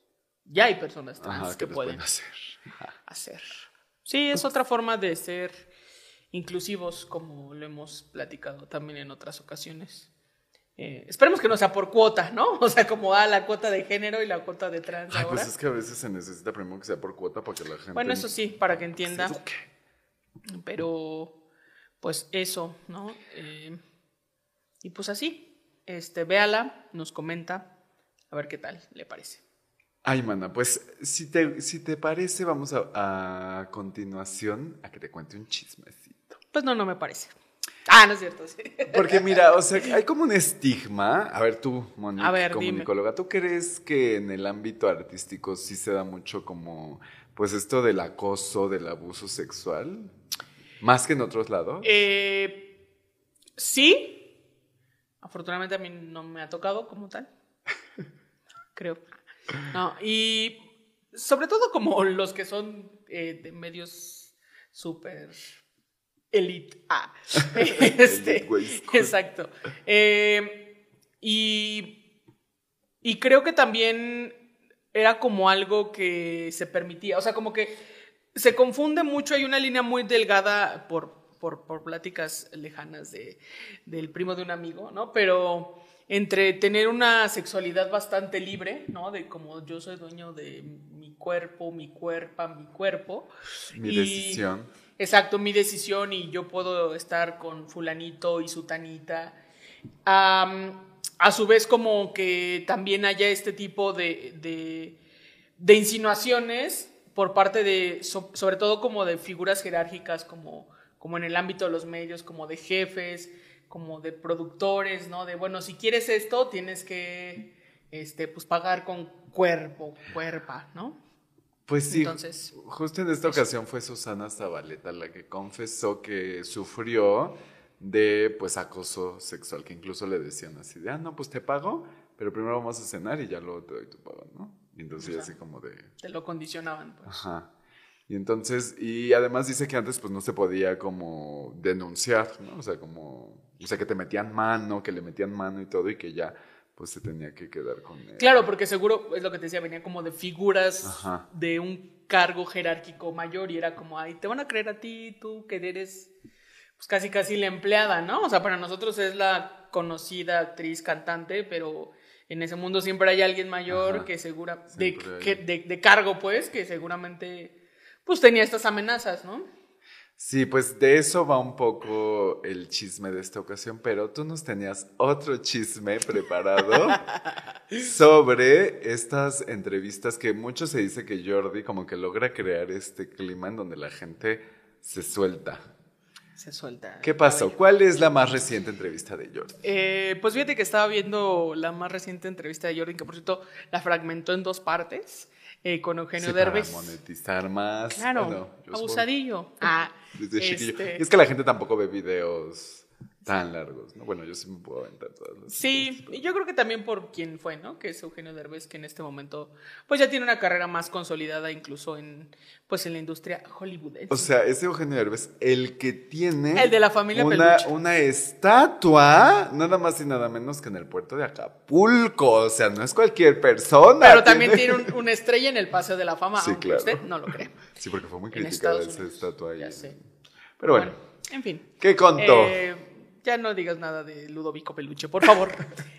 ya hay personas trans Ajá, que les pueden hacer. hacer. Sí, es otra forma de ser inclusivos, como lo hemos platicado también en otras ocasiones. Esperemos que no sea por cuota, ¿no? O sea, como la cuota de género y la cuota de trans Ay, ahora. pues es que a veces se necesita primero que sea por cuota para que la gente... Bueno, eso sí, para que entienda. se eduque. Pero, pues eso, ¿no? Y pues así, véala, nos comenta, a ver qué tal le parece. Ay, mana, pues si te parece, vamos a continuación a que te cuente un chismecito. Pues no me parece. No es cierto, sí. Porque mira, o sea, hay como un estigma. A ver, tú, Monique, A ver, comunicóloga, ¿tú crees que en el ámbito artístico sí se da mucho como, pues esto del acoso, del abuso sexual? ¿Más que en otros lados? Sí. Afortunadamente a mí no me ha tocado como tal. Creo. No, y sobre todo como los que son de medios súper elite. Exacto. Y creo que también era como algo que se permitía. O sea, como que se confunde mucho. Hay una línea muy delgada por pláticas lejanas del primo de un amigo, ¿no? Pero entre tener una sexualidad bastante libre, ¿no? De como yo soy dueño de mi cuerpo, mi cuerpo. Mi decisión. Exacto, mi decisión y yo puedo estar con fulanito y sutanita. A su vez como que también haya este tipo de insinuaciones por parte de, sobre todo como de figuras jerárquicas, como en el ámbito de los medios, como de jefes, como de productores, ¿no? De, bueno, si quieres esto, tienes que, pues pagar con cuerpa, ¿no? Pues sí, entonces, justo en esta ocasión fue Susana Zabaleta la que confesó que sufrió de, pues, acoso sexual, que incluso le decían así de, no, pues te pago, pero primero vamos a cenar y ya luego te doy tu pago, ¿no? Y entonces así como de... Te lo condicionaban, pues. Ajá. Y entonces, y además dice que antes pues no se podía como denunciar, ¿no? O sea, que te metían mano, que le metían mano y todo, y que ya pues se tenía que quedar con él. Claro, porque seguro, es lo que te decía, venía como de figuras Ajá. de un cargo jerárquico mayor y era como, ay, te van a creer a ti, tú que eres pues casi la empleada, ¿no? O sea, para nosotros es la conocida actriz, cantante, pero en ese mundo siempre hay alguien mayor. Ajá. Que de cargo, pues, que seguramente pues tenía estas amenazas, ¿no? Sí, pues de eso va un poco el chisme de esta ocasión, pero tú nos tenías otro chisme preparado sobre estas entrevistas que mucho se dice que Jordi como que logra crear este clima en donde la gente se suelta. Se suelta. ¿Qué pasó? ¿Cuál es la más reciente entrevista de Jordi? Pues fíjate que estaba viendo la más reciente entrevista de Jordi, que por cierto la fragmentó en 2 partes. Con Eugenio Derbez. Para monetizar más. Claro, bueno, abusadillo. Desde chiquillo. Y es que la gente tampoco ve videos tan largos, ¿no? Bueno, yo sí me puedo aventar todas las. Sí, y yo creo que también por quien fue, ¿no? Que es Eugenio Derbez, que en este momento pues ya tiene una carrera más consolidada incluso en la industria hollywoodense. O sea, ese Eugenio Derbez, el que tiene el de la familia Peluche. Una estatua, nada más y nada menos que en el puerto de Acapulco. O sea, no es cualquier persona. Pero también tiene una estrella en el Paseo de la Fama, sí, aunque claro. Usted no lo cree. Sí, porque fue muy criticada esa estatua ahí. Ya sé. Pero bueno, en fin. ¿Qué contó? Ya no digas nada de Ludovico Peluche, por favor.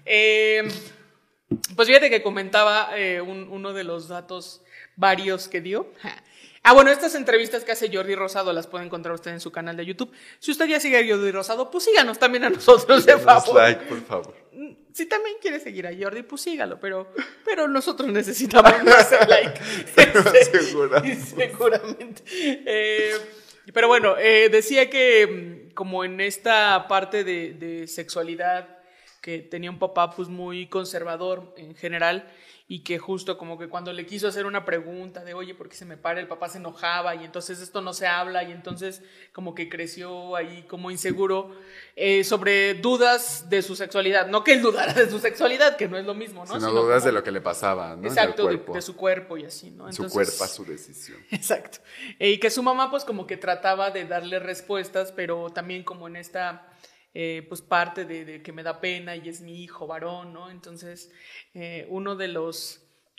Pues fíjate que comentaba uno de los datos varios que dio. Bueno, estas entrevistas que hace Jordi Rosado las puede encontrar usted en su canal de YouTube. Si usted ya sigue a Jordi Rosado, pues síganos también a nosotros, de favor. Like, por favor. Si también quiere seguir a Jordi, pues sígalo, pero nosotros necesitamos ese like. Seguramente. Pero bueno, decía que como en esta parte de sexualidad, que tenía un papá pues muy conservador en general, y que justo como que cuando le quiso hacer una pregunta de, oye, ¿por qué se me para? El papá se enojaba y entonces esto no se habla, y entonces como que creció ahí como inseguro sobre dudas de su sexualidad. No que él dudara de su sexualidad, que no es lo mismo, ¿no? Sino dudas de lo que le pasaba, ¿no? Exacto, de su cuerpo y así, ¿no? Entonces, su cuerpo, su decisión. Exacto. Y que su mamá pues como que trataba de darle respuestas, pero también como en esta... pues parte de que me da pena y es mi hijo varón, ¿no? Entonces, uno de los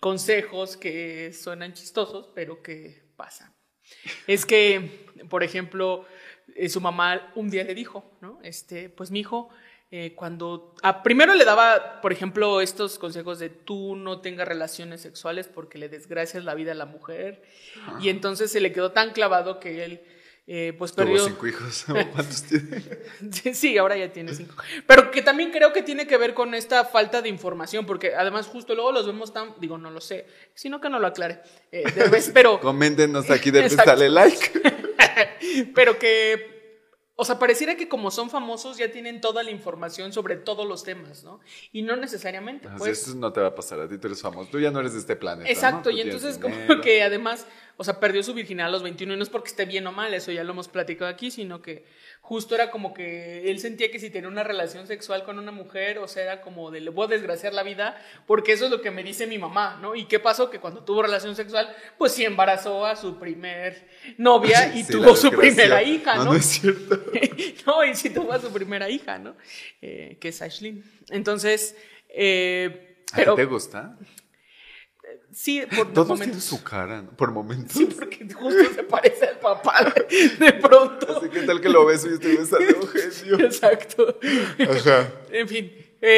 consejos que suenan chistosos, pero que pasan. Es que, por ejemplo, su mamá un día le dijo, ¿no? Pues mi hijo, cuando primero le daba, por ejemplo, estos consejos de tú no tengas relaciones sexuales porque le desgracias la vida a la mujer, y entonces se le quedó tan clavado que él pues perdió. Tuvo 5 hijos. ¿Cuántos tiene? Sí, ahora ya tiene 5. Pero que también creo que tiene que ver con esta falta de información, porque además justo luego los vemos tan, digo, no lo sé, sino que no lo aclare. Pero Coméntenos aquí, después Exacto. dale like. pero que, o sea, pareciera que como son famosos ya tienen toda la información sobre todos los temas, ¿no? Y no necesariamente, Así, pues. eso no te va a pasar a ti, tú eres famoso. Tú ya no eres de este planeta, Exacto, ¿no? Tú y tienes entonces dinero. como que además, o sea, perdió su virginidad a los 21 y no es porque esté bien o mal, eso ya lo hemos platicado aquí, sino que justo era como que él sentía que si tenía una relación sexual con una mujer, o sea, era como de le voy a desgraciar la vida, porque eso es lo que me dice mi mamá, ¿no? ¿Y qué pasó? Que cuando tuvo relación sexual, pues sí embarazó a su primer novia y Sí, tuvo la su desgracia. primera hija, ¿no? No es cierto. No, y sí tuvo a su primera hija, ¿no? Que es Ashlyn. Entonces, ¿A pero ti te gusta? sí, por Todos momentos. tienen su cara, ¿no? Por momentos. Sí, porque justo se parece al papá de pronto. Así que tal que lo beso y estoy besando a Eugenio. Exacto. Ajá. En fin.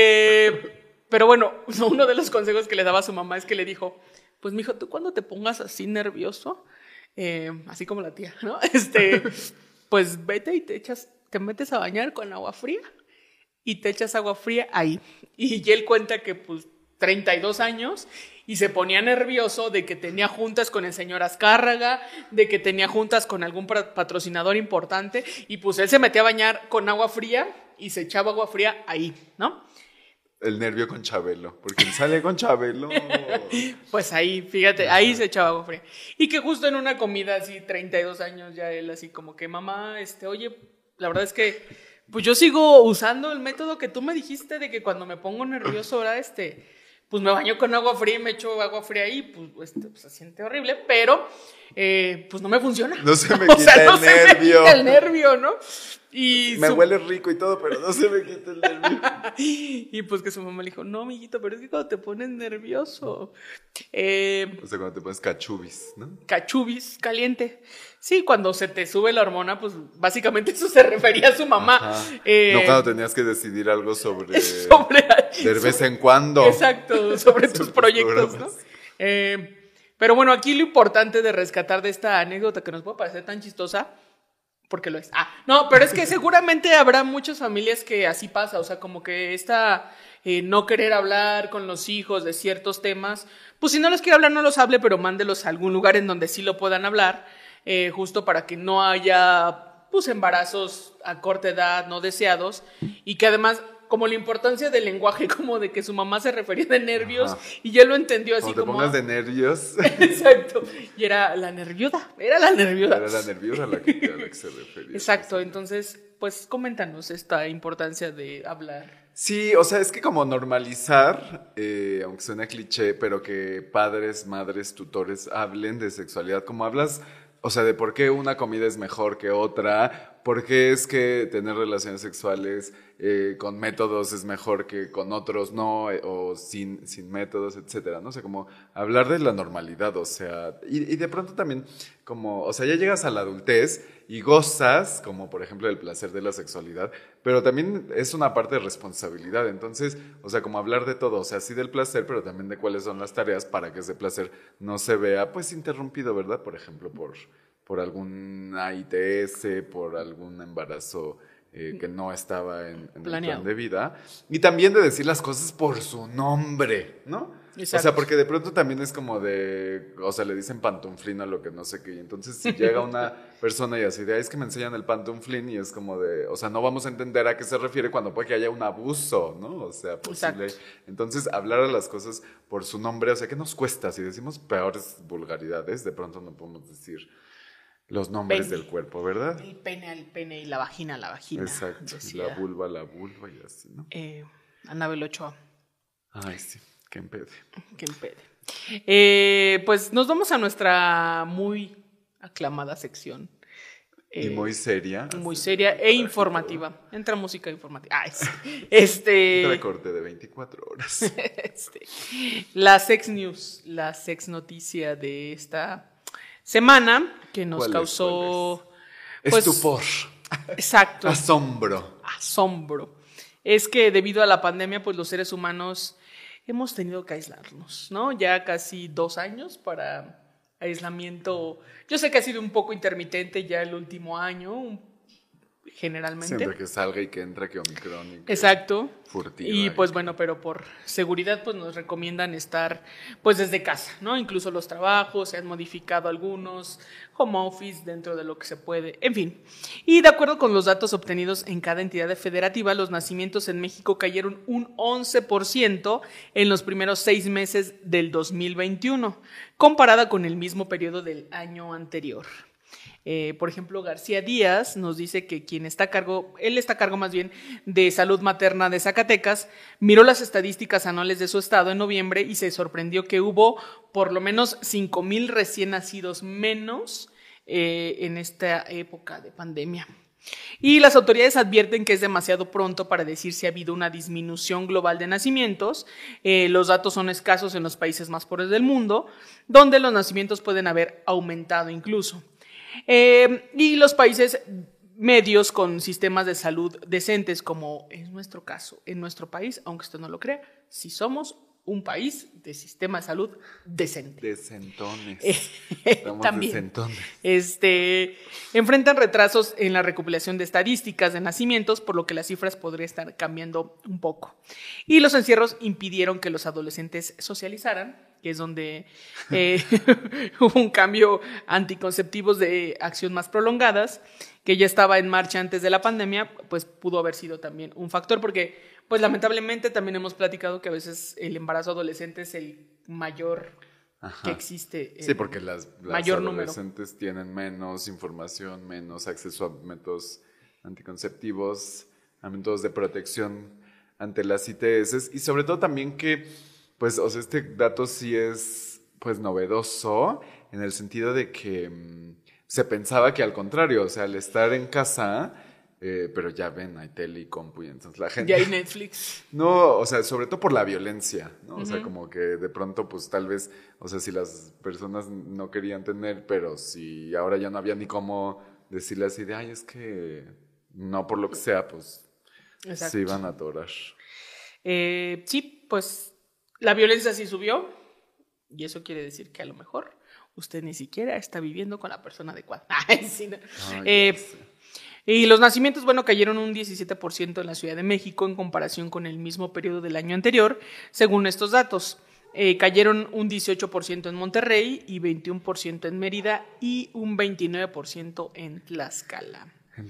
Pero bueno, uno de los consejos que le daba a su mamá es que le dijo, pues mijo, tú cuando te pongas así nervioso, así como la tía, ¿no? Pues vete y te metes a bañar con agua fría y te echas agua fría ahí. Y él cuenta que pues 32 años y se ponía nervioso de que tenía juntas con el señor Azcárraga, de que tenía juntas con algún patrocinador importante y pues él se metía a bañar con agua fría y se echaba agua fría ahí, ¿no? El nervio con Chabelo, porque él sale con Chabelo. Pues ahí, fíjate, ahí se echaba agua fría. Y que justo en una comida así, 32 años, ya él así como que, mamá, oye, la verdad es que, pues yo sigo usando el método que tú me dijiste de que cuando me pongo nervioso, ¿verdad? Pues me baño con agua fría y me echo agua fría y pues se siente horrible, pero pues no me funciona. No se me O quita sea, no el se me nervio. quita el nervio, ¿no? Y Me huele rico y todo, pero no se me quita el nervio. y pues que su mamá le dijo, no, mijito, pero es que cuando te pones nervioso, O sea, cuando te pones cachubis, ¿no? cachubis, caliente. Sí, cuando se te sube la hormona, pues básicamente eso se refería a su mamá. Ajá. No cuando tenías que decidir algo sobre de vez en cuando. Exacto, sobre tus tus proyectos, ¿no? programas. Pero bueno, aquí lo importante de rescatar de esta anécdota que nos puede parecer tan chistosa, porque lo es. No, pero es que seguramente habrá muchas familias que así pasa, o sea, como que no querer hablar con los hijos de ciertos temas, pues si no los quiere hablar, no los hable, pero mándelos a algún lugar en donde sí lo puedan hablar, justo para que no haya, pues, embarazos a corta edad no deseados, y que además, como la importancia del lenguaje, como de que su mamá se refería de nervios, Ajá. y ya lo entendió así Cuando te como... pongas de nervios. Exacto, y era la nerviuda. Era la nerviosa a la que se refería. Exacto, entonces, pues coméntanos esta importancia de hablar. Sí, o sea, es que como normalizar, aunque suene cliché, pero que padres, madres, tutores hablen de sexualidad, como hablas, o sea, de por qué una comida es mejor que otra, por qué es que tener relaciones sexuales con métodos es mejor que con otros no, o sin métodos, etcétera, ¿no? O sea, como hablar de la normalidad, o sea, y de pronto también, como, o sea, ya llegas a la adultez y gozas, como por ejemplo el placer de la sexualidad, pero también es una parte de responsabilidad, entonces, o sea, como hablar de todo, o sea, sí del placer, pero también de cuáles son las tareas para que ese placer no se vea, pues, interrumpido, ¿verdad? Por ejemplo, por alguna ITS, por algún embarazo que no estaba en el Planeado. plan de vida, y también de decir las cosas por su nombre, ¿no? Exacto. O sea, porque de pronto también es como de, o sea, le dicen pantuflín a lo que no sé qué, y entonces si llega una persona y así de, es que me enseñan el pantuflín, y es como de, o sea, no vamos a entender a qué se refiere cuando puede que haya un abuso, ¿no? O sea, posible. Exacto. Entonces, hablar a las cosas por su nombre, o sea, ¿qué nos cuesta? Si decimos peores vulgaridades, de pronto no podemos decir los nombres Pene. del cuerpo, ¿verdad? El pene y la vagina, Exacto, decía, la vulva y así, ¿no? Anabel Ochoa. Ay, sí, qué empede. Que empede. Pues nos vamos a nuestra muy aclamada sección. Y muy seria. Muy seria e informativa. Entra música informativa. Recorte de 24 horas. La sex news, la sex noticia de esta semana que nos causó pues, estupor. Exacto. Asombro. Es que debido a la pandemia, pues los seres humanos hemos tenido que aislarnos, ¿no? Ya casi 2 años para aislamiento. Yo sé que ha sido un poco intermitente ya el último año, generalmente. Siempre que salga y que entra, que Omicron. Exacto. Furtiva. Y pues bueno, pero por seguridad pues nos recomiendan estar pues desde casa, ¿no? Incluso los trabajos, se han modificado algunos, home office dentro de lo que se puede, en fin. Y de acuerdo con los datos obtenidos en cada entidad federativa, los nacimientos en México cayeron un 11% en los primeros 6 meses del 2021, comparada con el mismo periodo del año anterior. Por ejemplo, García Díaz nos dice que él está a cargo más bien de salud materna de Zacatecas, miró las estadísticas anuales de su estado en noviembre y se sorprendió que hubo por lo menos 5,000 recién nacidos menos en esta época de pandemia. Y las autoridades advierten que es demasiado pronto para decir si ha habido una disminución global de nacimientos. Los datos son escasos en los países más pobres del mundo, donde los nacimientos pueden haber aumentado incluso. Y los países medios con sistemas de salud decentes, como es nuestro caso, en nuestro país, aunque usted no lo crea, sí somos un país de sistema de salud decente. Decentones. También. Decentones. Enfrentan retrasos en la recopilación de estadísticas de nacimientos, por lo que las cifras podrían estar cambiando un poco. Y los encierros impidieron que los adolescentes socializaran, que es donde hubo un cambio, anticonceptivos de acción más prolongadas, que ya estaba en marcha antes de la pandemia, pues pudo haber sido también un factor, porque pues lamentablemente también hemos platicado que a veces el embarazo adolescente es el mayor que existe. Sí, porque las mayor adolescentes número. Tienen menos información, menos acceso a métodos anticonceptivos, a métodos de protección ante las ITS, y sobre todo también que pues, o sea, este dato sí es, pues, novedoso en el sentido de que se pensaba que al contrario, o sea, al estar en casa, pero ya ven, hay tele y compu, y entonces la gente... Ya hay Netflix. No, o sea, sobre todo por la violencia, ¿no? O sea, como que de pronto, pues, tal vez, o sea, si las personas no querían tener, pero si ahora ya no había ni cómo decirle así de, ay, es que no por lo que sea, pues, Exacto. se iban a atorar. Sí, pues... La violencia sí subió, y eso quiere decir que a lo mejor usted ni siquiera está viviendo con la persona adecuada. Sí, ¿no? Y los nacimientos, bueno, cayeron un 17% en la Ciudad de México en comparación con el mismo periodo del año anterior, según estos datos. Cayeron un 18% en Monterrey y 21% en Mérida y un 29% en Tlaxcala.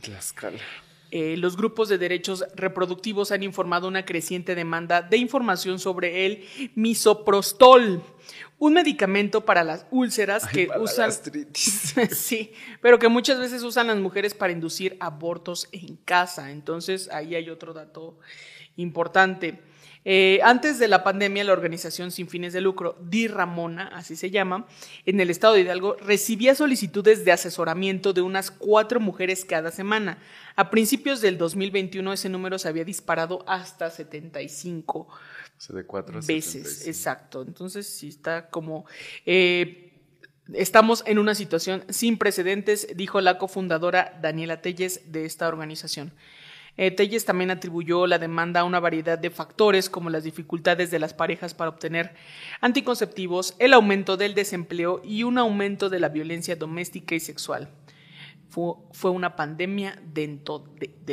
Los grupos de derechos reproductivos han informado una creciente demanda de información sobre el misoprostol, un medicamento para las úlceras que usan. La gastritis. Sí, pero que muchas veces usan las mujeres para inducir abortos en casa. Entonces, ahí hay otro dato importante. Antes de la pandemia, la organización sin fines de lucro, Di Ramona, así se llama, en el estado de Hidalgo, recibía solicitudes de asesoramiento de unas 4 mujeres cada semana. A principios del 2021 ese número se había disparado hasta 75 o sea, de 4 a veces. 75. Exacto, entonces sí está como... estamos en una situación sin precedentes, dijo la cofundadora Daniela Telles de esta organización. Telles también atribuyó la demanda a una variedad de factores como las dificultades de las parejas para obtener anticonceptivos, el aumento del desempleo y un aumento de la violencia doméstica y sexual. Fue una pandemia dentro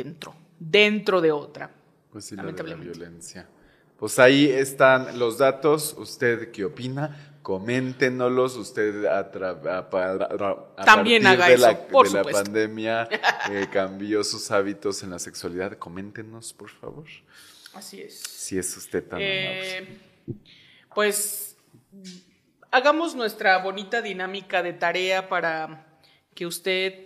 de otra. Pues sí, la de la violencia. Pues ahí están los datos. ¿Usted qué opina? Coméntenoslos. Usted también haga de eso, por la supuesto. pandemia cambió sus hábitos en la sexualidad. Coméntenos, por favor. Así es. Si es usted tan amable. Pues hagamos nuestra bonita dinámica de tarea para que usted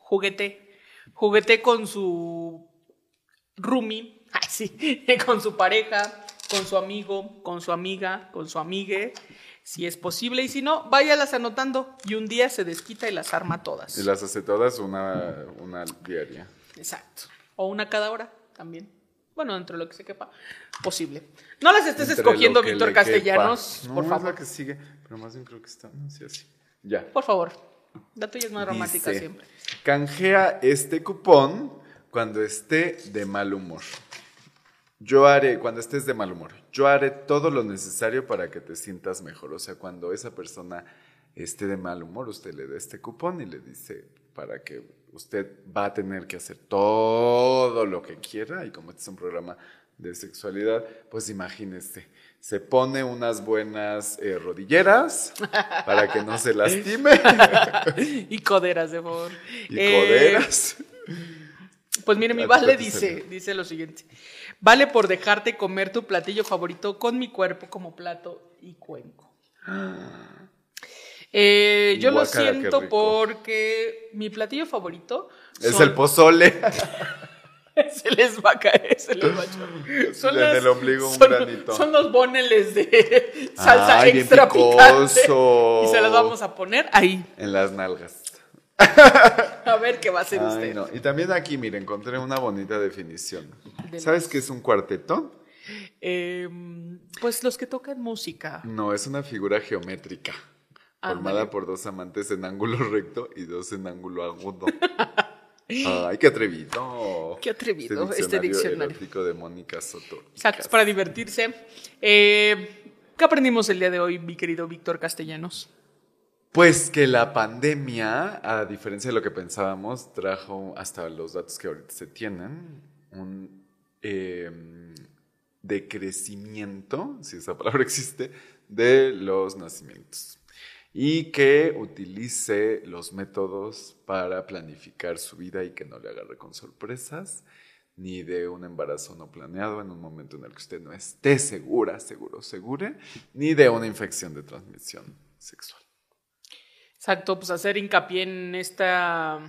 juguete con su roomie, con su pareja, con su amigo, con su amiga, con su amigue, si es posible, y si no, váyalas anotando y un día se desquita y las arma todas. Y las hace todas una diaria. Exacto. O una cada hora también. Bueno, dentro de lo que se quepa, posible. No las estés Entre escogiendo, lo que Víctor le Castellanos, quepa. por No, favor. es la que sigue, pero más bien creo que está, no sé, así. Ya. Por favor. La tuya es más romántica Dice, siempre. canjea este cupón cuando esté de mal humor. Cuando estés de mal humor, yo haré todo lo necesario para que te sientas mejor. O sea, cuando esa persona esté de mal humor, usted le da este cupón y le dice para que usted va a tener que hacer todo lo que quiera. Y como este es un programa de sexualidad, pues imagínese, se pone unas buenas rodilleras para que no se lastime. Y coderas, de favor. Y coderas. Pues mire, mi Vale dice lo siguiente. Vale por dejarte comer tu platillo favorito con mi cuerpo como plato y cuenco. Yo lo Guácala, qué siento rico. porque mi platillo favorito Es el pozole. se les va a caer, se les va a echar. En el ombligo un granito. Son los boneles de salsa Ay, bien extra picante. picoso. Y se los vamos a poner ahí. En las nalgas. A ver qué va a hacer Ay, usted. no. Y también aquí, mire, encontré una bonita definición. De ¿Sabes las- qué es un cuarteto? Pues los que tocan música. No, es una figura geométrica. Formada Ándale. por dos amantes en ángulo recto y dos en ángulo agudo. Ay, qué atrevido. Qué atrevido este diccionario. Erótico de Mónica Soto. Exacto, es para divertirse. ¿Qué aprendimos el día de hoy, mi querido Víctor Castellanos? Pues que la pandemia, a diferencia de lo que pensábamos, trajo hasta los datos que ahorita se tienen, un decrecimiento, si esa palabra existe, de los nacimientos. Y que utilice los métodos para planificar su vida y que no le agarre con sorpresas, ni de un embarazo no planeado en un momento en el que usted no esté segura, ni de una infección de transmisión sexual. Exacto, pues hacer hincapié en esta,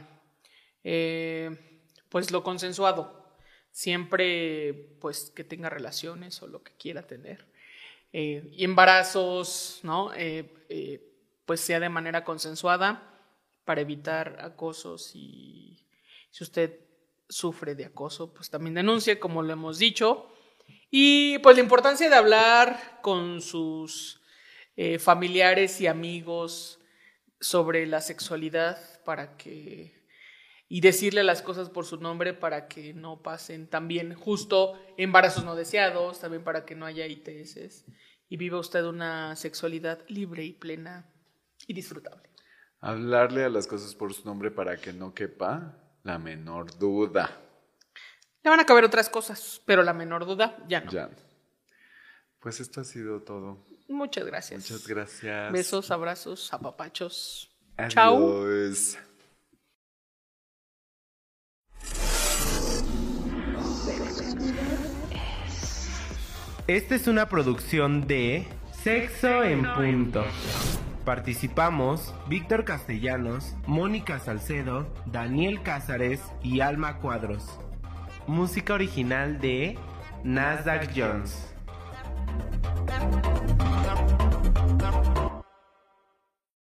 pues lo consensuado. Siempre, pues, que tenga relaciones o lo que quiera tener. Y embarazos, ¿no? Pues sea de manera consensuada para evitar acosos, y si usted sufre de acoso, pues también denuncie, como lo hemos dicho. Y pues la importancia de hablar con sus familiares y amigos sobre la sexualidad y decirle las cosas por su nombre para que no pasen también justo embarazos no deseados, también para que no haya ITS y viva usted una sexualidad libre y plena y disfrutable. Hablarle a las cosas por su nombre para que no quepa la menor duda. Le van a caber otras cosas, pero la menor duda ya no. Ya. Pues esto ha sido todo. Muchas gracias. Muchas gracias. Besos, abrazos, apapachos. Chao. Adiós. Esta es una producción de Sexo en Punto. Participamos Víctor Castellanos, Mónica Salcedo, Daniel Cázares y Alma Cuadros. Música original de Nasdaq Jones.